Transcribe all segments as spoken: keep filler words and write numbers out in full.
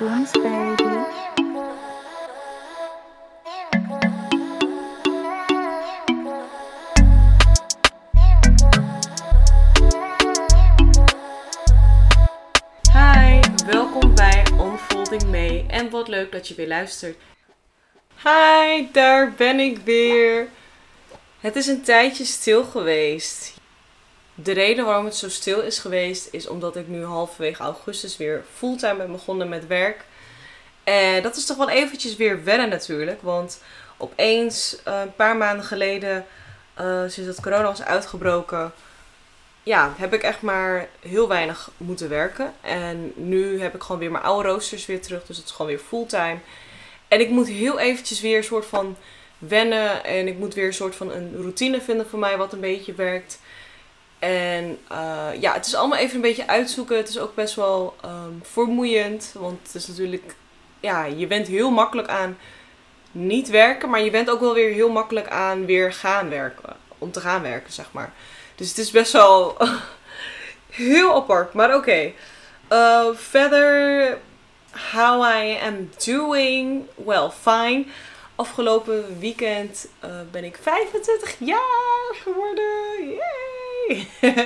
Goons Baby. Hi, welkom bij Unfolding May en wat leuk dat je weer luistert. Hi, daar ben ik weer. Het is een tijdje stil geweest. De reden waarom het zo stil is geweest is omdat ik nu halverwege augustus weer fulltime ben begonnen met werk. En dat is toch wel eventjes weer wennen natuurlijk, want opeens uh, een paar maanden geleden, uh, sinds dat corona was uitgebroken, ja, heb ik echt maar heel weinig moeten werken. En nu heb ik gewoon weer mijn oude roosters weer terug, dus het is gewoon weer fulltime. En ik moet heel eventjes weer een soort van wennen en ik moet weer een soort van een routine vinden voor mij wat een beetje werkt. En uh, ja, het is allemaal even een beetje uitzoeken. Het is ook best wel um, vermoeiend, want het is natuurlijk, ja, je went heel makkelijk aan niet werken, maar je went ook wel weer heel makkelijk aan weer gaan werken, om te gaan werken, zeg maar. Dus het is best wel heel apart, maar oké. Okay. Uh, verder, how I am doing, well, fine. Afgelopen weekend uh, ben ik vijfentwintig jaar geworden. Yay!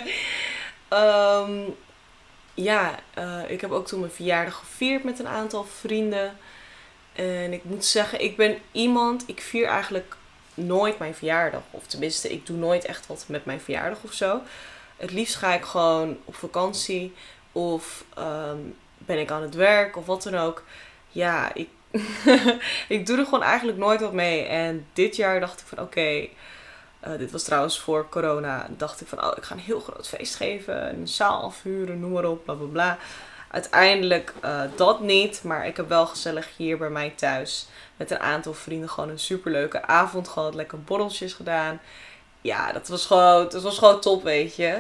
um, ja, uh, ik heb ook toen mijn verjaardag gevierd met een aantal vrienden. En ik moet zeggen, ik ben iemand, ik vier eigenlijk nooit mijn verjaardag. Of tenminste, ik doe nooit echt wat met mijn verjaardag of zo. Het liefst ga ik gewoon op vakantie. Of um, ben ik aan het werk of wat dan ook. Ja, ik, ik doe er gewoon eigenlijk nooit wat mee. En dit jaar dacht ik van oké. Okay, uh, dit was trouwens voor corona. Dacht ik van oh, ik ga een heel groot feest geven. Een zaal afhuren, noem maar op, bla bla bla. Uiteindelijk uh, dat niet. Maar ik heb wel gezellig hier bij mij thuis met een aantal vrienden gewoon een superleuke avond gehad. Lekker borreltjes gedaan. Ja, dat was gewoon, dat was gewoon top, weet je.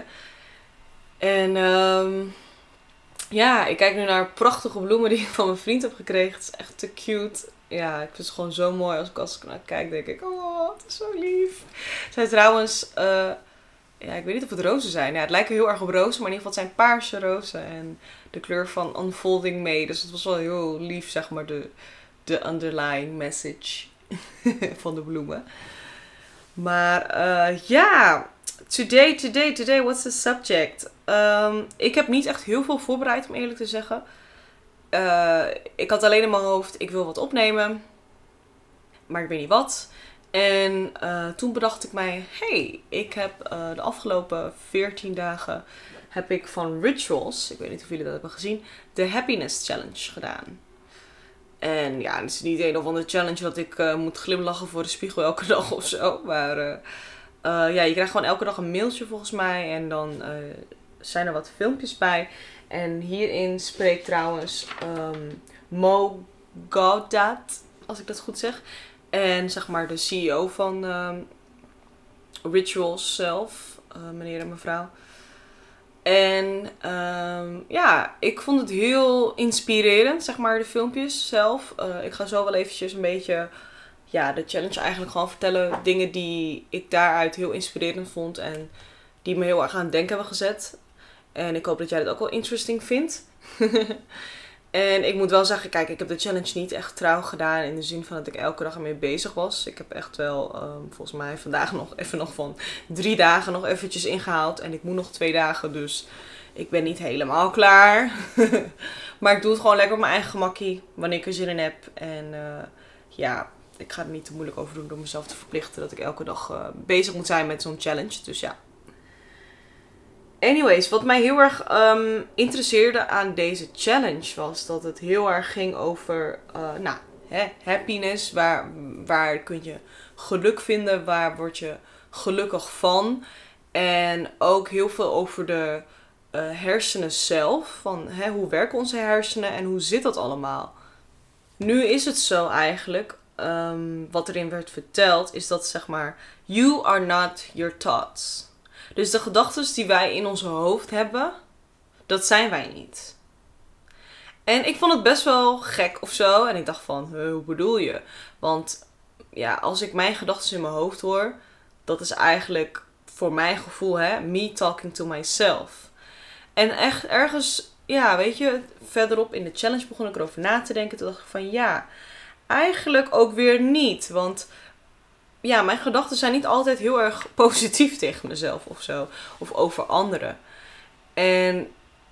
En um, ja, ik kijk nu naar prachtige bloemen die ik van mijn vriend heb gekregen. Het is echt te cute. Ja, ik vind het gewoon zo mooi. Als ik, als ik naar kijk, denk ik, oh, het is zo lief. Het zijn trouwens, uh, ja, ik weet niet of het rozen zijn. Ja, het lijken heel erg op rozen, maar in ieder geval het zijn paarse rozen. En de kleur van Unfolding May. Dus het was wel heel lief, zeg maar, de, de underlying message van de bloemen. Maar uh, ja, today, today, today, what's the subject? Um, ik heb niet echt heel veel voorbereid, om eerlijk te zeggen. Uh, ik had alleen in mijn hoofd, ik wil wat opnemen. Maar ik weet niet wat. En uh, toen bedacht ik mij, hey, ik heb uh, de afgelopen veertien dagen heb ik van Rituals, ik weet niet of jullie dat hebben gezien, de Happiness Challenge gedaan. En ja, het is niet een of andere challenge dat ik uh, moet glimlachen voor de spiegel elke dag of zo. Maar uh, uh, ja, je krijgt gewoon elke dag een mailtje volgens mij. En dan uh, zijn er wat filmpjes bij. En hierin spreekt trouwens um, Mo Gaudat, als ik dat goed zeg. En zeg maar de C E O van um, Rituals zelf, uh, meneer en mevrouw. En um, ja, ik vond het heel inspirerend, zeg maar, de filmpjes zelf. Uh, ik ga zo wel eventjes een beetje, ja, de challenge eigenlijk gewoon vertellen. Dingen die ik daaruit heel inspirerend vond en die me heel erg aan het denken hebben gezet. En ik hoop dat jij dat ook wel interesting vindt. En ik moet wel zeggen, kijk, ik heb de challenge niet echt trouw gedaan in de zin van dat ik elke dag ermee bezig was. Ik heb echt wel, um, volgens mij vandaag nog even nog van drie dagen nog eventjes ingehaald. En ik moet nog twee dagen, dus ik ben niet helemaal klaar. Maar ik doe het gewoon lekker op mijn eigen gemakkie, wanneer ik er zin in heb. En uh, ja, ik ga er niet te moeilijk over doen door mezelf te verplichten dat ik elke dag uh, bezig moet zijn met zo'n challenge. Dus ja. Anyways, wat mij heel erg um, interesseerde aan deze challenge was dat het heel erg ging over uh, nou, hè, happiness. Waar, waar kun je geluk vinden? Waar word je gelukkig van? En ook heel veel over de uh, hersenen zelf. Van hè, hoe werken onze hersenen en hoe zit dat allemaal? Nu is het zo eigenlijk, um, wat erin werd verteld, is dat zeg maar, you are not your thoughts. Dus de gedachten die wij in ons hoofd hebben, dat zijn wij niet. En ik vond het best wel gek of zo. En ik dacht van, hoe bedoel je? Want ja, als ik mijn gedachten in mijn hoofd hoor, dat is eigenlijk voor mijn gevoel, hè, me talking to myself. En echt ergens ja, weet je, verderop in de challenge begon ik erover na te denken. Toen dacht ik van ja, eigenlijk ook weer niet. Want ja, mijn gedachten zijn niet altijd heel erg positief tegen mezelf of zo. Of over anderen. En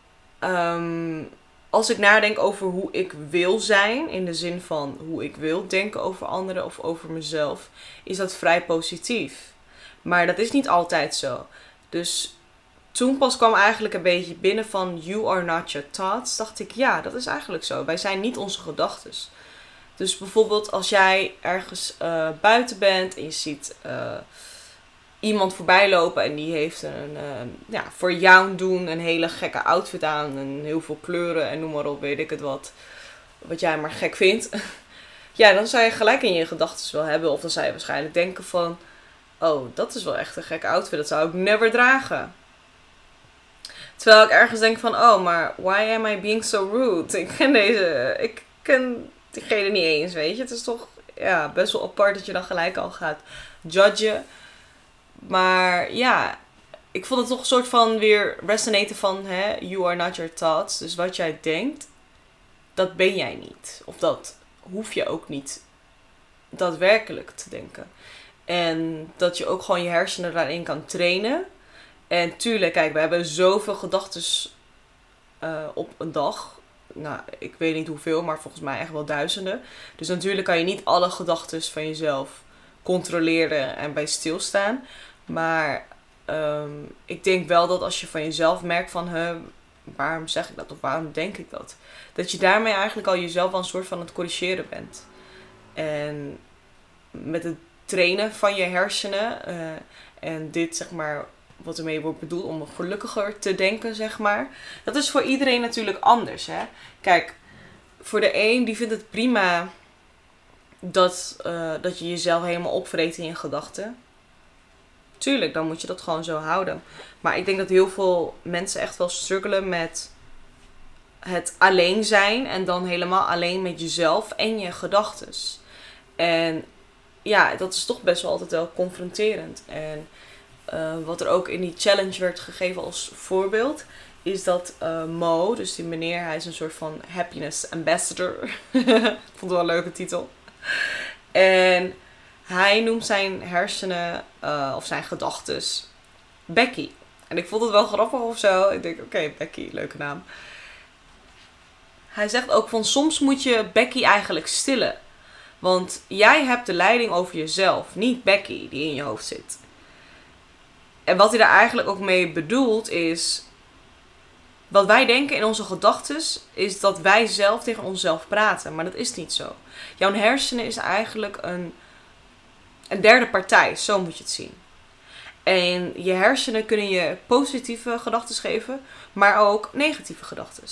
um, als ik nadenk over hoe ik wil zijn, in de zin van hoe ik wil denken over anderen of over mezelf, is dat vrij positief. Maar dat is niet altijd zo. Dus toen pas kwam eigenlijk een beetje binnen van you are not your thoughts. Dacht ik, ja, dat is eigenlijk zo. Wij zijn niet onze gedachten. Dus bijvoorbeeld als jij ergens uh, buiten bent en je ziet uh, iemand voorbij lopen en die heeft een, uh, ja, voor jou doen een hele gekke outfit aan en heel veel kleuren en noem maar op, weet ik het wat. Wat jij maar gek vindt. Ja, dan zou je gelijk in je gedachten wel hebben. Of dan zou je waarschijnlijk denken van, oh, dat is wel echt een gekke outfit. Dat zou ik never dragen. Terwijl ik ergens denk van, oh, maar why am I being so rude? Ik ken deze, ik ken diegene niet eens, weet je. Het is toch ja, best wel apart dat je dan gelijk al gaat judgen. Maar ja, ik vond het toch een soort van weer resonaten van, hè, you are not your thoughts. Dus wat jij denkt, dat ben jij niet. Of dat hoef je ook niet daadwerkelijk te denken. En dat je ook gewoon je hersenen daarin kan trainen. En tuurlijk, kijk, we hebben zoveel gedachten uh, op een dag. Nou, ik weet niet hoeveel, maar volgens mij echt wel duizenden. Dus natuurlijk kan je niet alle gedachten van jezelf controleren en bij stilstaan. Maar um, ik denk wel dat als je van jezelf merkt van, huh, waarom zeg ik dat of waarom denk ik dat? Dat je daarmee eigenlijk al jezelf al een soort van aan het corrigeren bent. En met het trainen van je hersenen uh, en dit zeg maar wat ermee wordt bedoeld om gelukkiger te denken, zeg maar. Dat is voor iedereen natuurlijk anders, hè. Kijk, voor de een die vindt het prima dat, uh, dat je jezelf helemaal opvreet in je gedachten. Tuurlijk, dan moet je dat gewoon zo houden. Maar ik denk dat heel veel mensen echt wel struggelen met het alleen zijn en dan helemaal alleen met jezelf en je gedachtes. En ja, dat is toch best wel altijd wel confronterend. En uh, wat er ook in die challenge werd gegeven als voorbeeld, is dat uh, Mo, dus die meneer, hij is een soort van happiness ambassador. Ik vond het wel een leuke titel. En hij noemt zijn hersenen, uh, of zijn gedachtes, Becky. En ik vond het wel grappig of zo. Ik denk, oké, okay, Becky, leuke naam. Hij zegt ook van, soms moet je Becky eigenlijk stillen. Want jij hebt de leiding over jezelf, niet Becky die in je hoofd zit. En wat hij daar eigenlijk ook mee bedoelt is, wat wij denken in onze gedachten is dat wij zelf tegen onszelf praten. Maar dat is niet zo. Jouw hersenen is eigenlijk een, een derde partij, zo moet je het zien. En je hersenen kunnen je positieve gedachten geven, maar ook negatieve gedachten.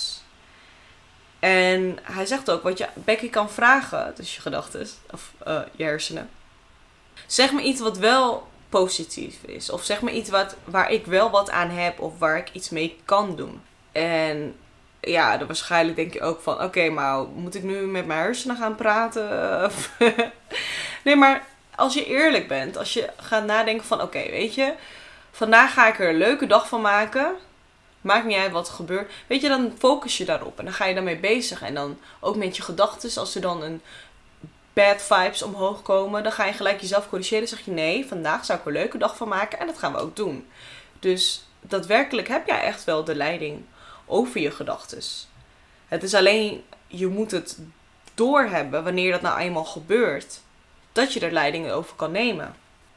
En hij zegt ook, wat je Becky kan vragen, dus je gedachten, of uh, je hersenen. Zeg me iets wat wel positief is. Of zeg me iets wat, waar ik wel wat aan heb, of waar ik iets mee kan doen. En ja, dan waarschijnlijk denk je ook van, oké, okay, maar moet ik nu met mijn hersenen gaan praten? Nee, maar als je eerlijk bent, als je gaat nadenken van, oké, okay, weet je, vandaag ga ik er een leuke dag van maken. Maakt niet uit wat er gebeurt. Weet je, dan focus je daarop. En dan ga je daarmee bezig. En dan ook met je gedachten. Als er dan een bad vibes omhoog komen. Dan ga je gelijk jezelf corrigeren. Dan zeg je nee, vandaag zou ik er een leuke dag van maken. En dat gaan we ook doen. Dus daadwerkelijk heb jij echt wel de leiding over je gedachten. Het is alleen, je moet het doorhebben wanneer dat nou eenmaal gebeurt. Dat je er leiding over kan nemen.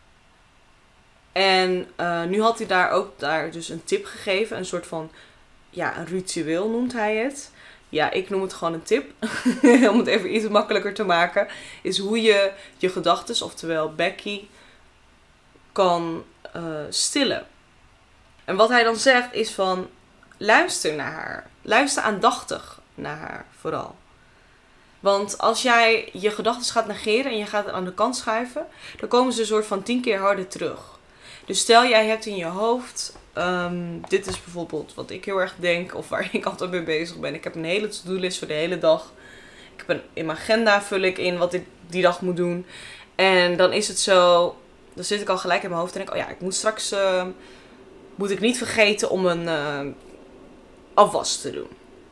En uh, nu had hij daar ook daar dus een tip gegeven. Een soort van, ja, een ritueel noemt hij het. Ja, ik noem het gewoon een tip. Om het even iets makkelijker te maken. Is hoe je je gedachten, oftewel Becky, kan uh, stillen. En wat hij dan zegt is van, luister naar haar. Luister aandachtig naar haar vooral. Want als jij je gedachten gaat negeren en je gaat het aan de kant schuiven, dan komen ze een soort van tien keer harder terug. Dus stel jij hebt in je hoofd, um, dit is bijvoorbeeld wat ik heel erg denk of waar ik altijd mee bezig ben. Ik heb een hele to-do-list voor de hele dag. Ik heb een, in mijn agenda vul ik in wat ik die dag moet doen. En dan is het zo, dan zit ik al gelijk in mijn hoofd en denk ik, oh ja, ik moet straks, uh, moet ik niet vergeten om een uh, afwas te doen.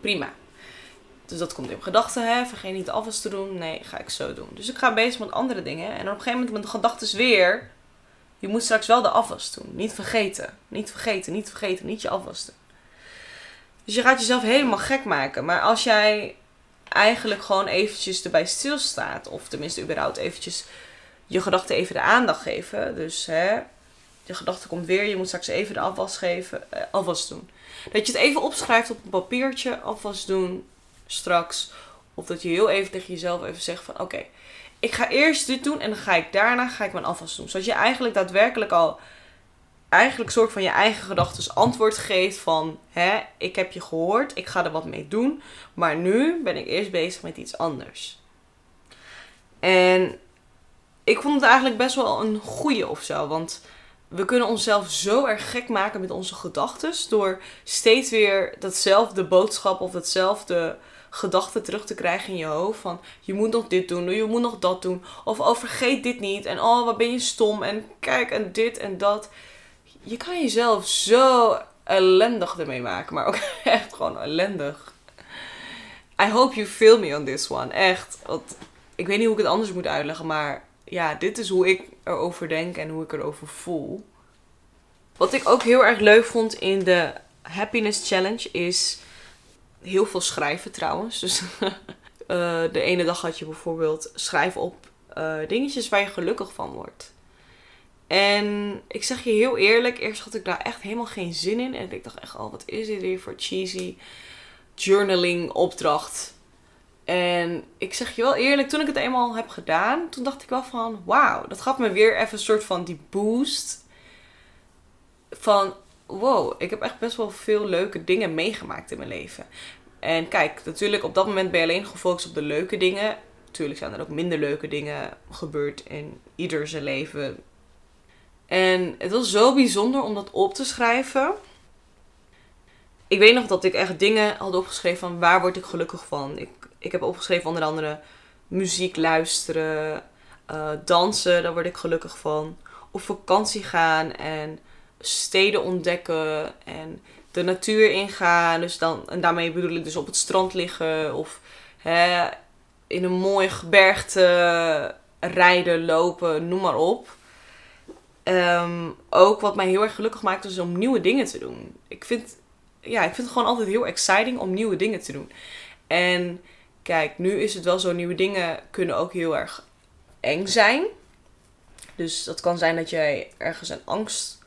prima. Dus dat komt in mijn gedachten, hè. Vergeet niet de afwas te doen. Nee, ga ik zo doen. Dus ik ga bezig met andere dingen. En op een gegeven moment met de gedachten weer. Je moet straks wel de afwas doen. Niet vergeten. Niet vergeten, niet vergeten. Niet je afwas doen. Dus je gaat jezelf helemaal gek maken. Maar als jij eigenlijk gewoon eventjes erbij stilstaat. Of tenminste überhaupt eventjes je gedachten even de aandacht geven. Dus hè, je gedachte komt weer. Je moet straks even de afwas geven. Eh, afwas doen. Dat je het even opschrijft op een papiertje. Afwas doen straks. Of dat je heel even tegen jezelf even zegt van oké. Okay, ik ga eerst dit doen en dan ga ik daarna ga ik mijn afwas doen. Zodat je eigenlijk daadwerkelijk al eigenlijk soort van je eigen gedachten antwoord geeft van hè, ik heb je gehoord, ik ga er wat mee doen. Maar nu ben ik eerst bezig met iets anders. En ik vond het eigenlijk best wel een goeie of zo. Want we kunnen onszelf zo erg gek maken met onze gedachten. Door steeds weer datzelfde boodschap of datzelfde gedachten terug te krijgen in je hoofd. Van je moet nog dit doen, je moet nog dat doen. Of oh, vergeet dit niet. En oh, wat ben je stom. En kijk, en dit en dat. Je kan jezelf zo ellendig ermee maken. Maar ook echt gewoon ellendig. I hope you feel me on this one. Echt. Want ik weet niet hoe ik het anders moet uitleggen. Maar ja, dit is hoe ik erover denk en hoe ik erover voel. Wat ik ook heel erg leuk vond in de Happiness Challenge is heel veel schrijven trouwens. Dus uh, de ene dag had je bijvoorbeeld schrijf op uh, dingetjes waar je gelukkig van wordt. En ik zeg je heel eerlijk, eerst had ik daar echt helemaal geen zin in. En ik dacht echt, oh wat is dit weer voor cheesy journaling opdracht. En ik zeg je wel eerlijk, toen ik het eenmaal heb gedaan, toen dacht ik wel van wauw. Dat gaf me weer even een soort van die boost. Van wow, ik heb echt best wel veel leuke dingen meegemaakt in mijn leven. En kijk, natuurlijk op dat moment ben je alleen gefocust op de leuke dingen. Natuurlijk zijn er ook minder leuke dingen gebeurd in ieder zijn leven. En het was zo bijzonder om dat op te schrijven. Ik weet nog dat ik echt dingen had opgeschreven van waar word ik gelukkig van. Ik, ik heb opgeschreven onder andere muziek luisteren, uh, dansen, daar word ik gelukkig van. Op vakantie gaan en steden ontdekken en de natuur ingaan. Dus dan, en daarmee bedoel ik dus op het strand liggen of hè, in een mooi gebergte rijden, lopen, noem maar op. Um, ook wat mij heel erg gelukkig maakt is om nieuwe dingen te doen. Ik vind, ja, ik vind het gewoon altijd heel exciting om nieuwe dingen te doen. En kijk, nu is het wel zo, nieuwe dingen kunnen ook heel erg eng zijn. Dus dat kan zijn dat jij ergens een angst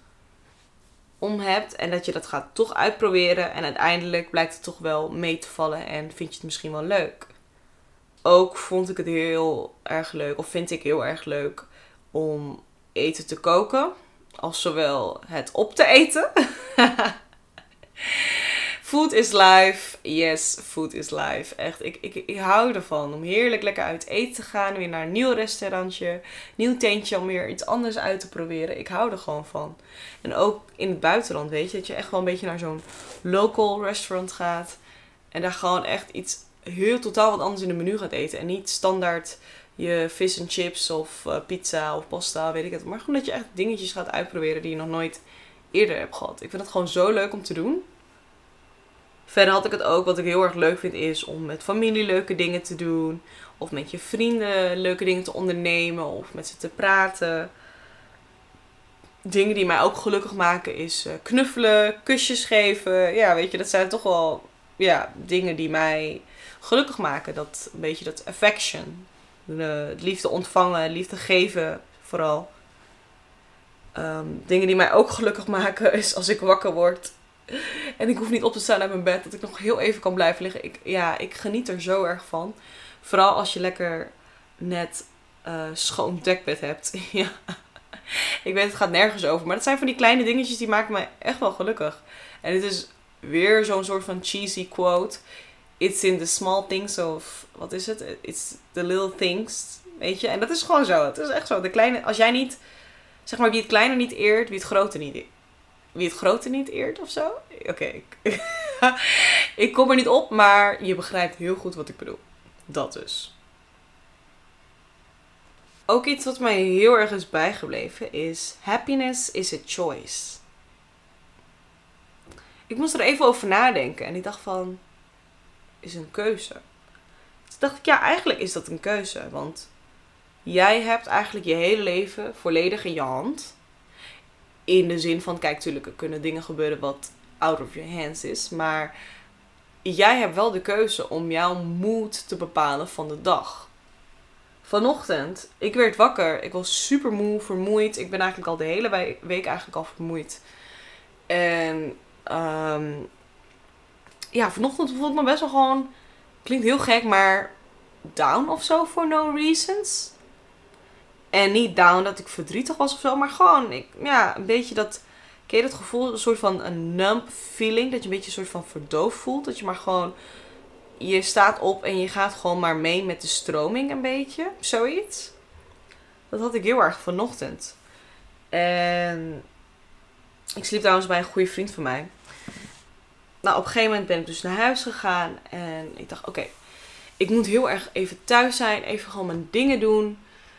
om hebt en dat je dat gaat toch uitproberen. En uiteindelijk blijkt het toch wel mee te vallen en vind je het misschien wel leuk. Ook vond ik het heel erg leuk, of vind ik heel erg leuk, om eten te koken. Als zowel het op te eten. Food is life. Yes, food is life. Echt, ik, ik, ik hou ervan. Om heerlijk lekker uit eten te gaan. Weer naar een nieuw restaurantje. Nieuw tentje om weer iets anders uit te proberen. Ik hou er gewoon van. En ook in het buitenland, weet je. Dat je echt wel een beetje naar zo'n local restaurant gaat. En daar gewoon echt iets heel totaal wat anders in de menu gaat eten. En niet standaard je vis en chips of uh, pizza of pasta, weet ik het. Maar gewoon dat je echt dingetjes gaat uitproberen die je nog nooit eerder hebt gehad. Ik vind het gewoon zo leuk om te doen. Verder had ik het ook, wat ik heel erg leuk vind, is om met familie leuke dingen te doen. Of met je vrienden leuke dingen te ondernemen. Of met ze te praten. Dingen die mij ook gelukkig maken is uh, knuffelen, kusjes geven. Ja, weet je, dat zijn toch wel ja, dingen die mij gelukkig maken. Dat, een beetje dat affection. De liefde ontvangen, liefde geven vooral. Um, dingen die mij ook gelukkig maken is als ik wakker word. En ik hoef niet op te staan uit mijn bed. Dat ik nog heel even kan blijven liggen. Ik, ja, ik geniet er zo erg van. Vooral als je lekker net uh, schoon dekbed hebt. Ja. Ik weet het gaat nergens over. Maar dat zijn van die kleine dingetjes die maken mij echt wel gelukkig. En het is weer zo'n soort van cheesy quote. It's in the small things of... Wat is het? It's the little things. Weet je? En dat is gewoon zo. Het is echt zo. De kleine... Als jij niet... Zeg maar wie het kleine niet eert, wie het grote niet eert. Wie het grote niet eert of zo? Oké. Okay. Ik kom er niet op, maar je begrijpt heel goed wat ik bedoel. Dat dus. Ook iets wat mij heel erg is bijgebleven is... Happiness is a choice. Ik moest er even over nadenken. En ik dacht van... is een keuze. Toen dacht ik, ja, eigenlijk is dat een keuze. Want jij hebt eigenlijk je hele leven volledig in je hand. In de zin van, kijk, natuurlijk er kunnen dingen gebeuren wat out of your hands is. Maar jij hebt wel de keuze om jouw mood te bepalen van de dag. Vanochtend, ik werd wakker. Ik was super moe, vermoeid. Ik ben eigenlijk al de hele week eigenlijk al vermoeid. En um, ja, vanochtend voelde ik me best wel gewoon, klinkt heel gek, maar down of zo for no reasons. En niet down dat ik verdrietig was of zo, maar gewoon, ik, ja, een beetje dat, ken je dat gevoel, een soort van een numb feeling, dat je een beetje een soort van verdoofd voelt. Dat je maar gewoon, je staat op en je gaat gewoon maar mee met de stroming een beetje, zoiets. Dat had ik heel erg vanochtend. En ik sliep trouwens bij een goede vriend van mij. Nou, op een gegeven moment ben ik dus naar huis gegaan. En ik dacht, oké, okay, ik moet heel erg even thuis zijn. Even gewoon mijn dingen doen.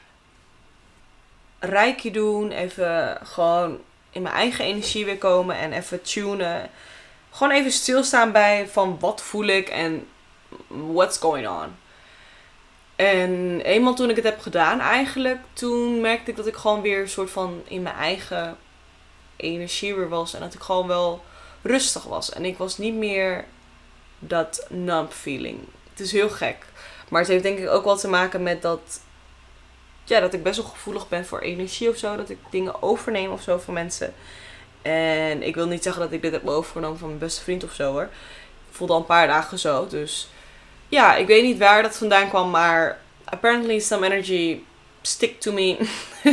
Reiki doen. Even gewoon in mijn eigen energie weer komen. En even tunen. Gewoon even stilstaan bij van wat voel ik en what's going on. En eenmaal toen ik het heb gedaan eigenlijk, toen merkte ik dat ik gewoon weer een soort van in mijn eigen energie weer was. En dat ik gewoon wel rustig was. En ik was niet meer dat numb feeling. Het is heel gek. Maar het heeft denk ik ook wel te maken met dat, ja, dat ik best wel gevoelig ben voor energie of zo. Dat ik dingen overneem of zo van mensen. En ik wil niet zeggen dat ik dit heb overgenomen van mijn beste vriend of zo hoor. Ik voelde al een paar dagen zo. Dus ja, ik weet niet waar dat vandaan kwam. Maar apparently some energy stick to me.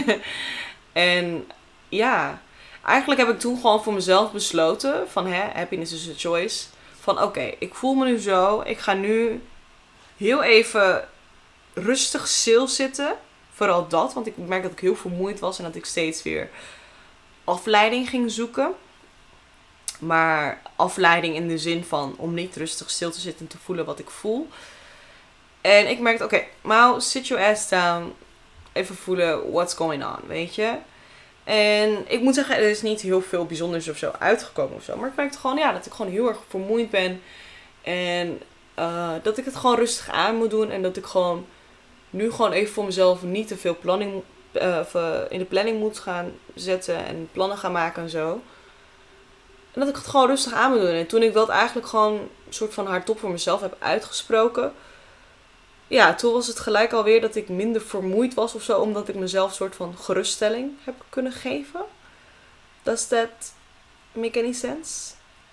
En ja, eigenlijk heb ik toen gewoon voor mezelf besloten. Van hè, happiness is a choice. Van oké, okay, ik voel me nu zo. Ik ga nu heel even rustig stil zitten. Vooral dat, want ik merk dat ik heel vermoeid was. En dat ik steeds weer afleiding ging zoeken. Maar afleiding in de zin van om niet rustig stil te zitten en te voelen wat ik voel. En ik merkte, oké, okay, Mau, sit your ass down. Even voelen what's going on, weet je. En ik moet zeggen, er is niet heel veel bijzonders of zo uitgekomen of zo. Maar ik merkte gewoon, ja, dat ik gewoon heel erg vermoeid ben. En uh, dat ik het gewoon rustig aan moet doen. En dat ik gewoon nu gewoon even voor mezelf niet te veel planning, uh, in de planning moet gaan zetten. En plannen gaan maken en zo. En dat ik het gewoon rustig aan moet doen. En toen ik dat eigenlijk gewoon een soort van hardop voor mezelf heb uitgesproken. Ja, toen was het gelijk alweer dat ik minder vermoeid was of zo. Omdat ik mezelf een soort van geruststelling heb kunnen geven. Does that make any sense?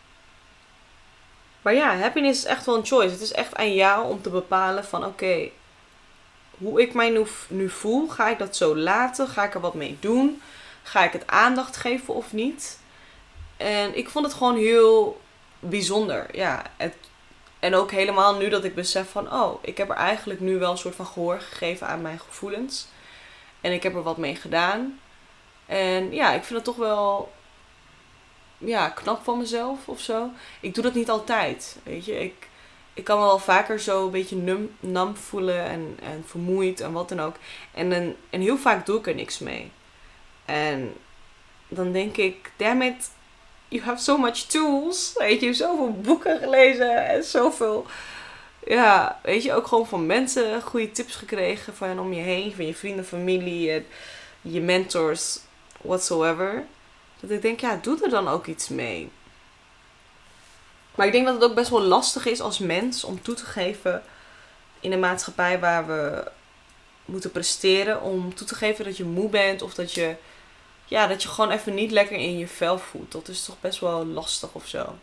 Maar ja, happiness is echt wel een choice. Het is echt aan jou om te bepalen van oké, okay, hoe ik mij nu, nu voel. Ga ik dat zo laten? Ga ik er wat mee doen? Ga ik het aandacht geven of niet? En ik vond het gewoon heel bijzonder. Ja, het, en ook helemaal nu dat ik besef van, oh, ik heb er eigenlijk nu wel een soort van gehoor gegeven aan mijn gevoelens. En ik heb er wat mee gedaan. En ja, ik vind het toch wel, ja, knap van mezelf of zo. Ik doe dat niet altijd, weet je. Ik, ik kan me wel vaker zo een beetje num, nam voelen en, en vermoeid en wat dan ook. En, en, en heel vaak doe ik er niks mee. En dan denk ik, damn it, you have so much tools. Weet je, zoveel boeken gelezen en zoveel, ja, weet je, ook gewoon van mensen goede tips gekregen van om je heen, van je vrienden, familie, en je mentors, whatsoever. Dat ik denk, ja, doe er dan ook iets mee. Maar ik denk dat het ook best wel lastig is als mens om toe te geven in een maatschappij waar we moeten presteren, om toe te geven dat je moe bent of dat je, ja, dat je gewoon even niet lekker in je vel voelt. Dat is toch best wel lastig of zo.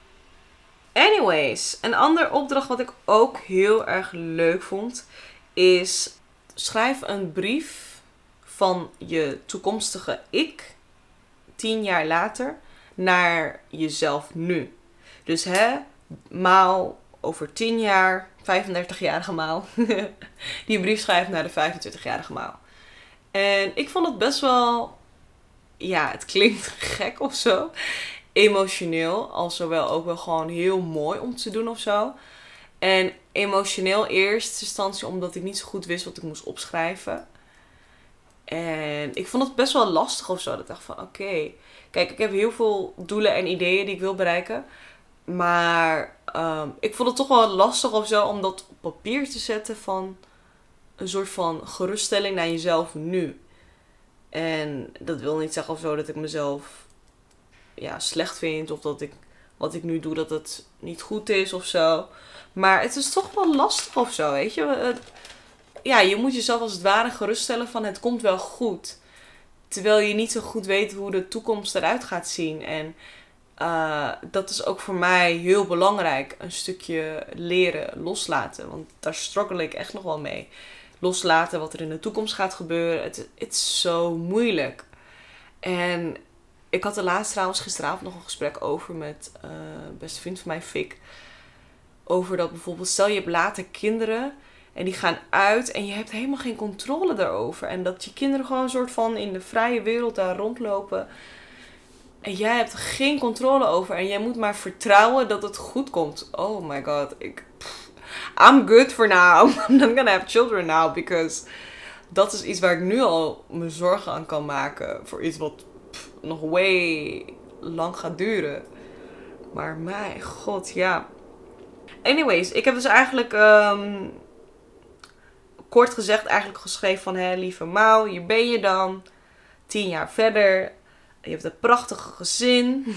Anyways, een andere opdracht wat ik ook heel erg leuk vond is schrijf een brief van je toekomstige ik tien jaar later naar jezelf nu. Dus hè, maal over tien jaar, vijfendertigjarige maal, die een brief schrijft naar de vijfentwintigjarige maal. En ik vond het best wel, ja, het klinkt gek of zo, emotioneel, als zowel ook wel gewoon heel mooi om te doen of zo. En emotioneel in eerste instantie omdat ik niet zo goed wist wat ik moest opschrijven. En ik vond het best wel lastig of zo. Dat ik dacht van oké, okay, kijk, ik heb heel veel doelen en ideeën die ik wil bereiken. Maar um, ik vond het toch wel lastig of zo om dat op papier te zetten van een soort van geruststelling naar jezelf nu. En dat wil niet zeggen of zo dat ik mezelf ja, slecht vind of dat ik wat ik nu doe dat het niet goed is of zo. Maar het is toch wel lastig of zo, weet je. Het, ja, je moet jezelf als het ware geruststellen van het komt wel goed. Terwijl je niet zo goed weet hoe de toekomst eruit gaat zien. En uh, dat is ook voor mij heel belangrijk. Een stukje leren loslaten. Want daar struggle ik echt nog wel mee. Loslaten wat er in de toekomst gaat gebeuren. Het, het is zo moeilijk. En ik had er laatst trouwens gisteravond nog een gesprek over met uh, een beste vriend van mij, Fik. Over dat bijvoorbeeld, stel je hebt later kinderen en die gaan uit en je hebt helemaal geen controle daarover. En dat je kinderen gewoon een soort van in de vrije wereld daar rondlopen. En jij hebt er geen controle over en jij moet maar vertrouwen dat het goed komt. Oh my god, ik, pff, I'm good for now. I'm not gonna have children now, because dat is iets waar ik nu al me zorgen aan kan maken. Voor iets wat pff, nog way lang gaat duren. Maar mijn god, ja. Anyways, ik heb dus eigenlijk um, kort gezegd eigenlijk geschreven van... Hé, lieve Mau, hier ben je dan. Tien jaar verder. Je hebt een prachtige gezin.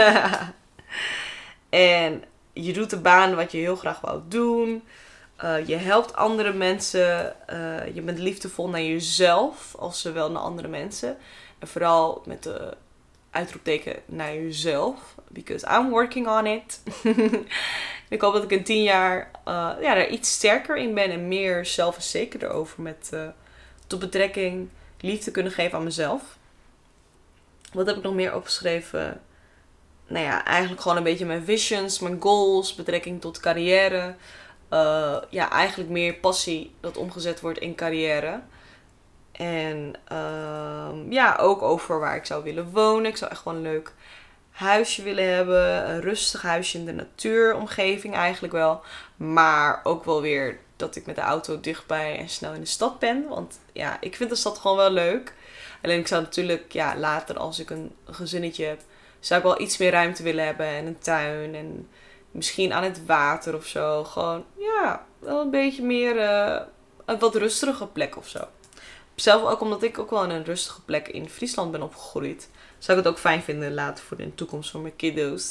En je doet de baan wat je heel graag wou doen. Uh, je helpt andere mensen. Uh, je bent liefdevol naar jezelf. Als zowel naar andere mensen. En vooral met de uitroepteken naar jezelf. Because I'm working on it. Ik hoop dat ik in tien jaar uh, ja, daar iets sterker in ben. En meer zelfverzekerder over. Met uh, tot betrekking liefde kunnen geven aan mezelf. Wat heb ik nog meer opgeschreven? Nou ja, eigenlijk gewoon een beetje mijn visions, mijn goals, betrekking tot carrière. Uh, ja, eigenlijk meer passie dat omgezet wordt in carrière. En uh, ja, ook over waar ik zou willen wonen. Ik zou echt gewoon een leuk huisje willen hebben. Een rustig huisje in de natuuromgeving eigenlijk wel. Maar ook wel weer dat ik met de auto dichtbij en snel in de stad ben. Want ja, ik vind de stad gewoon wel leuk. Alleen ik zou natuurlijk ja, later als ik een gezinnetje heb, zou ik wel iets meer ruimte willen hebben. En een tuin en misschien aan het water of zo. Gewoon ja, wel een beetje meer uh, een wat rustige plek of zo. Zelf ook omdat ik ook wel in een rustige plek in Friesland ben opgegroeid. Zou ik het ook fijn vinden later voor de toekomst voor mijn kiddo's.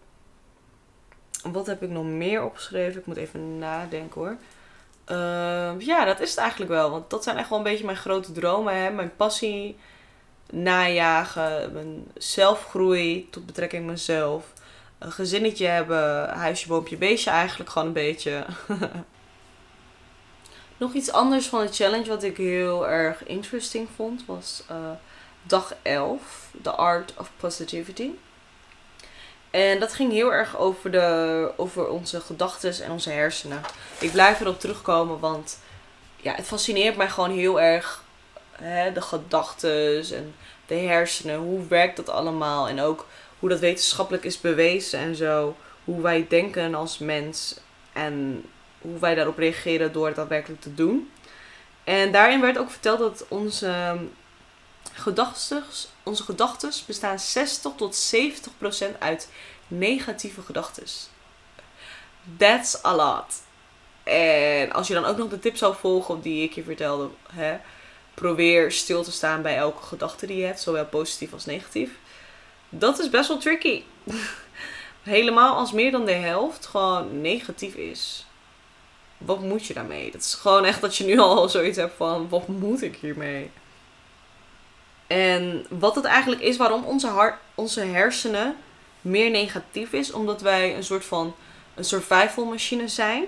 Wat heb ik nog meer opgeschreven? Ik moet even nadenken hoor. Uh, ja, dat is het eigenlijk wel. Want dat zijn echt wel een beetje mijn grote dromen. Hè? Mijn passie najagen. Mijn zelfgroei tot betrekking mezelf. Een gezinnetje hebben. Huisje, boompje, beestje eigenlijk gewoon een beetje. Nog iets anders van de challenge wat ik heel erg interesting vond. Was uh, dag elf. The Art of Positivity. En dat ging heel erg over, de, over onze gedachten en onze hersenen. Ik blijf erop terugkomen, want ja, het fascineert mij gewoon heel erg. Hè, de gedachten en de hersenen. Hoe werkt dat allemaal? En ook hoe dat wetenschappelijk is bewezen en zo. Hoe wij denken als mens. En hoe wij daarop reageren door het daadwerkelijk te doen. En daarin werd ook verteld dat onze gedachten, onze gedachten bestaan zestig tot zeventig procent uit negatieve gedachten. That's a lot. En als je dan ook nog de tips zou volgen die ik je vertelde. Hè, probeer stil te staan bij elke gedachte die je hebt. Zowel positief als negatief. Dat is best wel tricky. Helemaal als meer dan de helft gewoon negatief is. Wat moet je daarmee? Dat is gewoon echt dat je nu al zoiets hebt van, wat moet ik hiermee? En wat het eigenlijk is waarom onze, hart, onze hersenen meer negatief is. Omdat wij een soort van een survival machine zijn.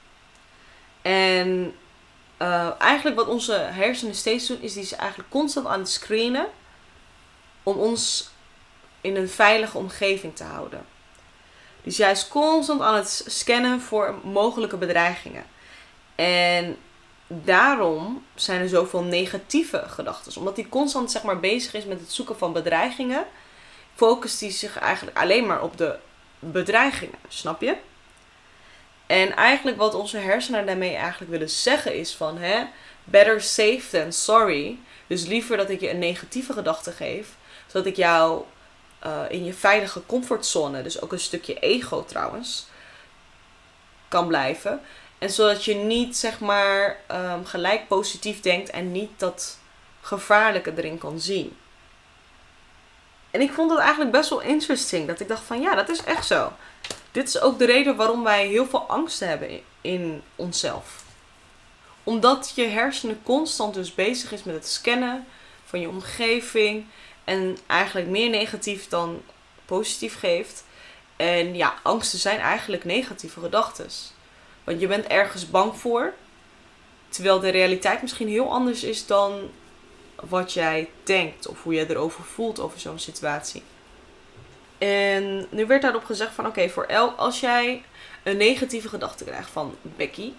En uh, eigenlijk wat onze hersenen steeds doen, is die ze eigenlijk constant aan het screenen. Om ons in een veilige omgeving te houden. Dus jij is constant aan het scannen voor mogelijke bedreigingen. En daarom zijn er zoveel negatieve gedachten. Omdat hij constant zeg maar, bezig is met het zoeken van bedreigingen, focust hij zich eigenlijk alleen maar op de bedreigingen. Snap je? En eigenlijk wat onze hersenen daarmee eigenlijk willen zeggen is van, hè, better safe than sorry. Dus liever dat ik je een negatieve gedachte geef, zodat ik jou uh, in je veilige comfortzone, dus ook een stukje ego trouwens, kan blijven. En zodat je niet, zeg maar, um, gelijk positief denkt en niet dat gevaarlijke erin kan zien. En ik vond het eigenlijk best wel interesting. Dat ik dacht van, ja, dat is echt zo. Dit is ook de reden waarom wij heel veel angst hebben in onszelf. Omdat je hersenen constant dus bezig is met het scannen van je omgeving. En eigenlijk meer negatief dan positief geeft. En ja, angsten zijn eigenlijk negatieve gedachten. Want je bent ergens bang voor. Terwijl de realiteit misschien heel anders is dan wat jij denkt. Of hoe jij erover voelt over zo'n situatie. En nu werd daarop gezegd van oké, okay, voor el- als jij een negatieve gedachte krijgt van Becky.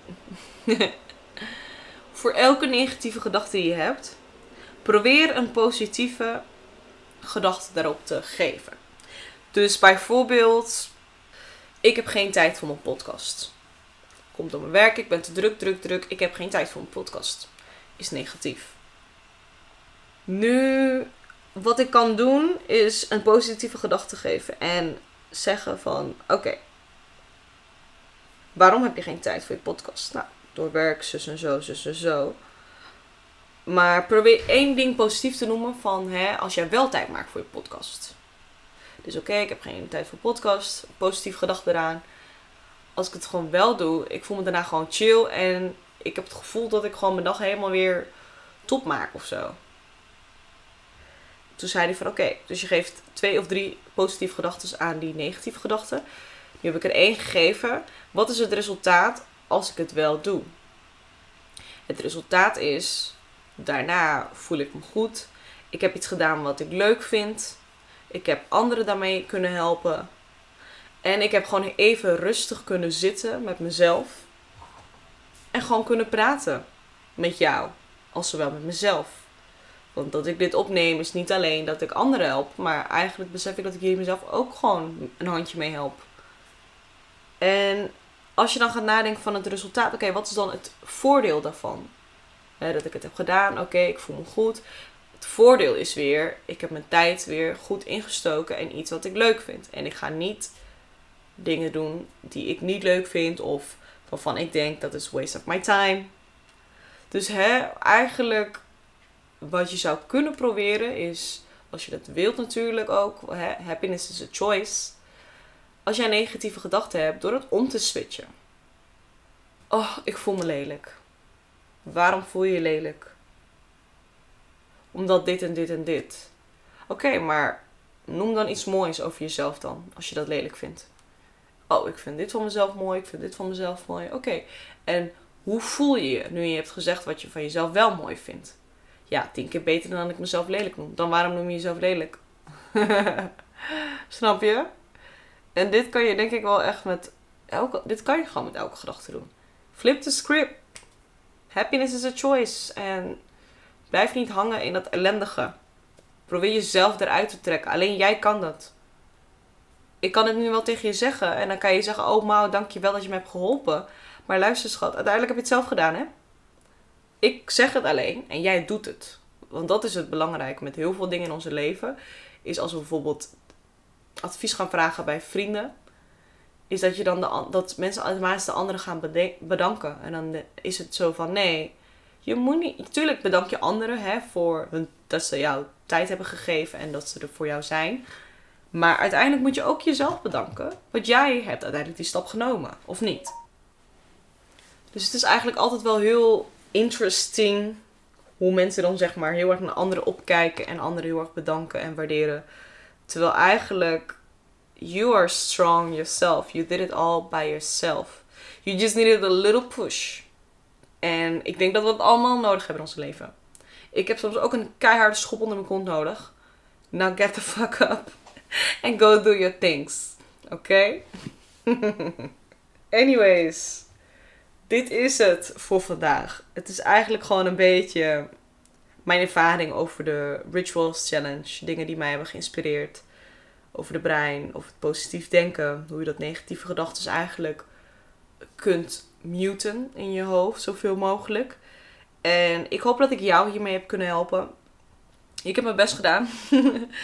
Voor elke negatieve gedachte die je hebt, probeer een positieve gedachte daarop te geven. Dus bijvoorbeeld, ik heb geen tijd voor mijn podcast. Komt door mijn werk, ik ben te druk, druk, druk. Ik heb geen tijd voor mijn podcast. Is negatief. Nu, wat ik kan doen, is een positieve gedachte geven. En zeggen van, oké. Okay, waarom heb je geen tijd voor je podcast? Nou, door werk, zus en zo, zus en zo. Maar probeer één ding positief te noemen van, hè, als jij wel tijd maakt voor je podcast. Dus oké, okay, ik heb geen tijd voor podcast. Positief gedachte eraan. Als ik het gewoon wel doe, ik voel me daarna gewoon chill. En ik heb het gevoel dat ik gewoon mijn dag helemaal weer top maak of zo. Toen zei hij van oké, okay, dus je geeft twee of drie positieve gedachten aan die negatieve gedachten. Nu heb ik er één gegeven. Wat is het resultaat als ik het wel doe? Het resultaat is, daarna voel ik me goed. Ik heb iets gedaan wat ik leuk vind. Ik heb anderen daarmee kunnen helpen. En ik heb gewoon even rustig kunnen zitten met mezelf. En gewoon kunnen praten met jou. Als zowel met mezelf. Want dat ik dit opneem is niet alleen dat ik anderen help. Maar eigenlijk besef ik dat ik hier mezelf ook gewoon een handje mee help. En als je dan gaat nadenken van het resultaat. Oké, okay, wat is dan het voordeel daarvan? He, dat ik het heb gedaan. Oké, okay, ik voel me goed. Het voordeel is weer, ik heb mijn tijd weer goed ingestoken in iets wat ik leuk vind. En ik ga niet dingen doen die ik niet leuk vind. Of waarvan ik denk dat is waste of my time. Dus hè, eigenlijk wat je zou kunnen proberen is, als je dat wilt natuurlijk ook. Hè, happiness is a choice. Als jij negatieve gedachten hebt, door het om te switchen. Oh, ik voel me lelijk. Waarom voel je je lelijk? Omdat dit en dit en dit. Oké, okay, maar noem dan iets moois over jezelf dan. Als je dat lelijk vindt. Oh, ik vind dit van mezelf mooi. Ik vind dit van mezelf mooi. Oké. Okay. En hoe voel je je nu je hebt gezegd wat je van jezelf wel mooi vindt? Ja, tien keer beter dan ik mezelf lelijk noem. Dan waarom noem je jezelf lelijk? Snap je? En dit kan je denk ik wel echt met elke... Dit kan je gewoon met elke gedachte doen. Flip the script. Happiness is a choice. En blijf niet hangen in dat ellendige. Probeer jezelf eruit te trekken. Alleen jij kan dat. Ik kan het nu wel tegen je zeggen. En dan kan je zeggen, oh Mau, dankjewel dat je me hebt geholpen. Maar luister schat, uiteindelijk heb je het zelf gedaan, hè? Ik zeg het alleen en jij doet het. Want dat is het belangrijke met heel veel dingen in onze leven. Is als we bijvoorbeeld advies gaan vragen bij vrienden. Is dat, je dan de, dat mensen automatisch de anderen gaan bedanken. En dan is het zo van, nee, je moet niet... Natuurlijk bedank je anderen hè, voor hun, dat ze jou tijd hebben gegeven en dat ze er voor jou zijn. Maar uiteindelijk moet je ook jezelf bedanken. Want jij hebt uiteindelijk die stap genomen. Of niet? Dus het is eigenlijk altijd wel heel interesting hoe mensen dan zeg maar heel erg naar anderen opkijken en anderen heel erg bedanken en waarderen. Terwijl eigenlijk, you are strong yourself. You did it all by yourself. You just needed a little push. En ik denk dat we het allemaal nodig hebben in ons leven. Ik heb soms ook een keiharde schop onder mijn kont nodig. Now get the fuck up. And go do your things. Oké? Okay? Anyways. Dit is het voor vandaag. Het is eigenlijk gewoon een beetje mijn ervaring over de Rituals Challenge. Dingen die mij hebben geïnspireerd. Over de brein, over het positief denken. Hoe je dat negatieve gedachten eigenlijk kunt muten in je hoofd. Zoveel mogelijk. En ik hoop dat ik jou hiermee heb kunnen helpen. Ik heb mijn best gedaan.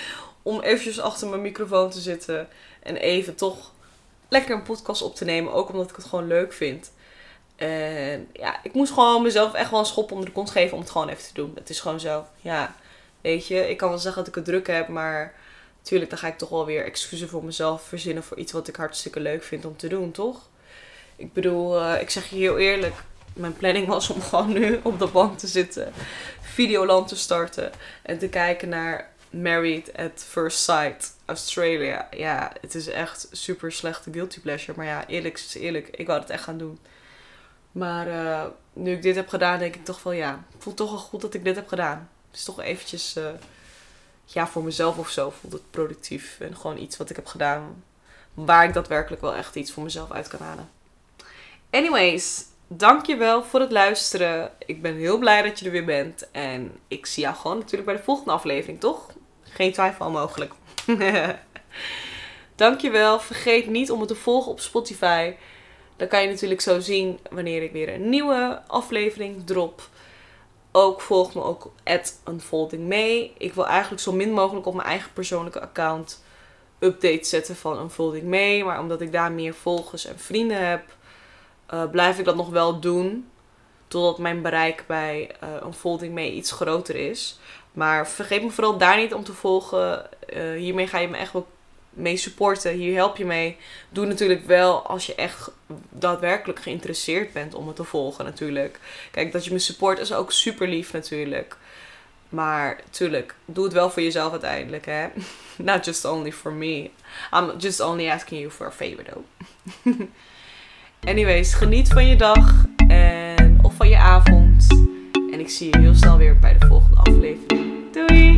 om eventjes achter mijn microfoon te zitten. En even toch lekker een podcast op te nemen. Ook omdat ik het gewoon leuk vind. En ja, ik moest gewoon mezelf echt wel een schop onder de kont geven om het gewoon even te doen. Het is gewoon zo. Ja, weet je, ik kan wel zeggen dat ik het druk heb, maar natuurlijk dan ga ik toch wel weer excuses voor mezelf verzinnen voor iets wat ik hartstikke leuk vind om te doen, toch? Ik bedoel, uh, ik zeg je heel eerlijk, mijn planning was om gewoon nu op de bank te zitten, Videoland te starten en te kijken naar Married at First Sight Australia. Ja, het is echt super slechte guilty pleasure, maar ja, eerlijk is eerlijk, ik wou het echt gaan doen. Maar uh, nu ik dit heb gedaan, denk ik toch wel, ja, het voelt toch wel goed dat ik dit heb gedaan. Het is toch eventjes, uh, ja, voor mezelf of zo voelt het productief. En gewoon iets wat ik heb gedaan, waar ik daadwerkelijk wel echt iets voor mezelf uit kan halen. Anyways, dankjewel voor het luisteren. Ik ben heel blij dat je er weer bent. En ik zie jou gewoon natuurlijk bij de volgende aflevering, toch? Geen twijfel al mogelijk. Dankjewel. Vergeet niet om me te volgen op Spotify. Dan kan je natuurlijk zo zien wanneer ik weer een nieuwe aflevering drop. Ook volg me ook at unfoldingmay. Ik wil eigenlijk zo min mogelijk op mijn eigen persoonlijke account updates zetten van unfoldingmay. Maar omdat ik daar meer volgers en vrienden heb, uh, blijf ik dat nog wel doen. Totdat mijn bereik bij uh, unfoldingmay iets groter is. Maar vergeet me vooral daar niet om te volgen. Uh, hiermee ga je me echt wel mee supporten. Hier help je mee. Doe natuurlijk wel als je echt daadwerkelijk geïnteresseerd bent om me te volgen natuurlijk. Kijk, dat je me support is ook super lief natuurlijk. Maar natuurlijk, doe het wel voor jezelf uiteindelijk, hè. Not just only for me. I'm just only asking you for a favor though. Anyways, geniet van je dag en of van je avond. En ik zie je heel snel weer bij de volgende aflevering. Doei!